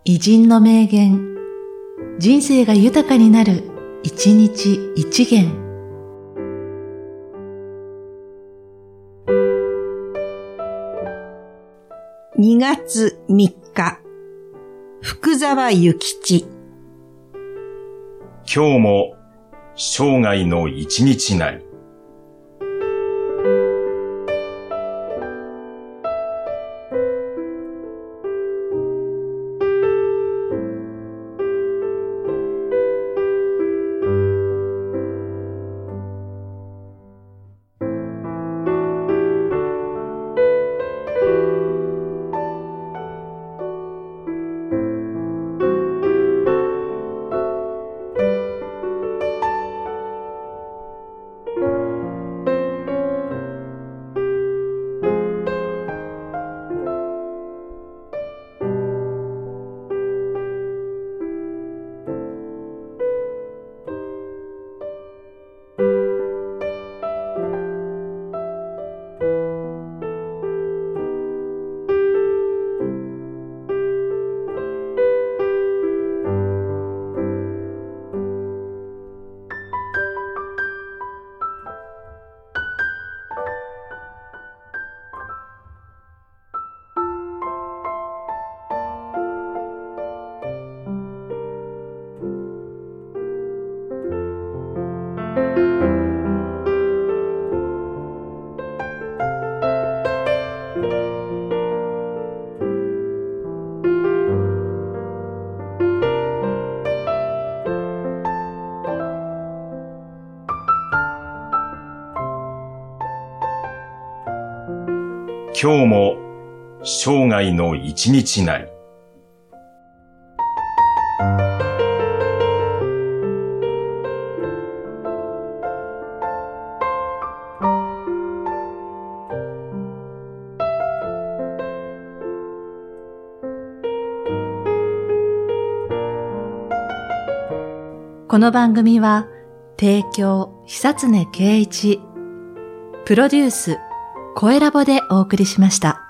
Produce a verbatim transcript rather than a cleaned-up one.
偉人の名言、人生が豊かになる、一日一元。 にがつみっか、福沢諭吉。 今日も生涯の一日なり。今日も生涯の一日なり。 この番組は提供久常圭一、プロデュース声ラボでお送りしました。